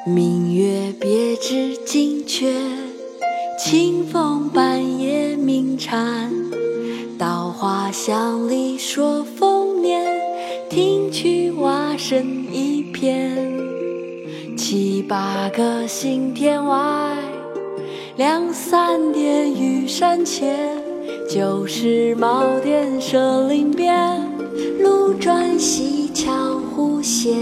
明月别枝惊鹊，清风半夜鸣蝉。稻花香里说丰年，听取蛙声一片。七八个星天外，两三点玉山前。旧时茅店社林边，路转溪桥忽见。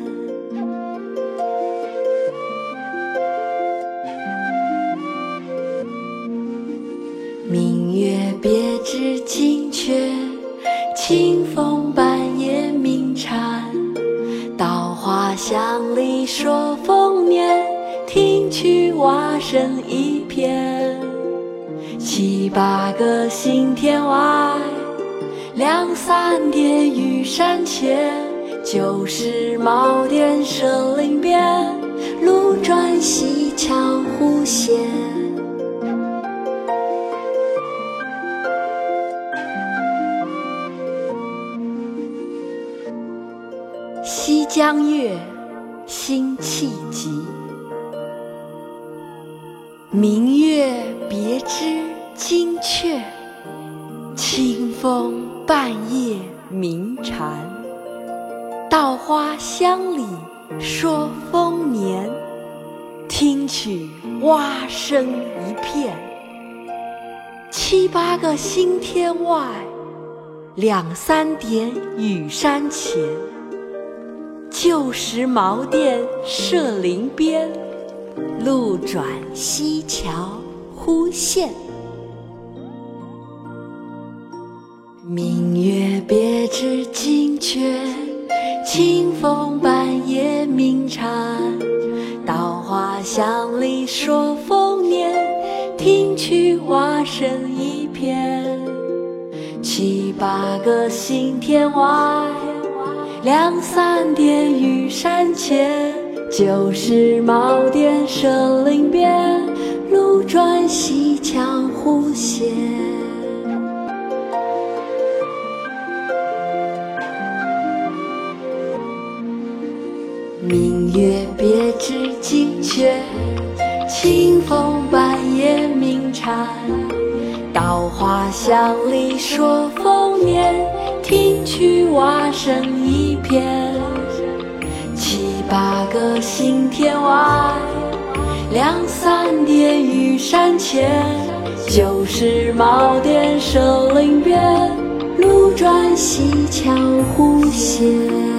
明月别枝惊鹊，清风半夜鸣蝉。稻花香里说丰年，听取蛙声一片。七八个星天外，两三点玉山前。旧时茅店社林边，路转溪桥忽见。西江月·辛弃疾。明月别枝惊鹊，清风半夜鸣蝉。稻花香里说丰年，听取蛙声一片。七八个星天外，两三点玉山前。旧时茅店社林边，路转溪桥忽见。明月别枝惊鹊，清风半夜鸣蝉。稻花香里说丰年，听取蛙声一片。七八个星天外，两三点玉山前。旧时茅店社林边，路转溪桥忽见。明月别枝惊鹊，清风半夜鸣蝉。稻花香里说丰年，听取蛙声一片。七八个星天外，两三点玉山前。旧时茅店社林边，路转溪桥忽见。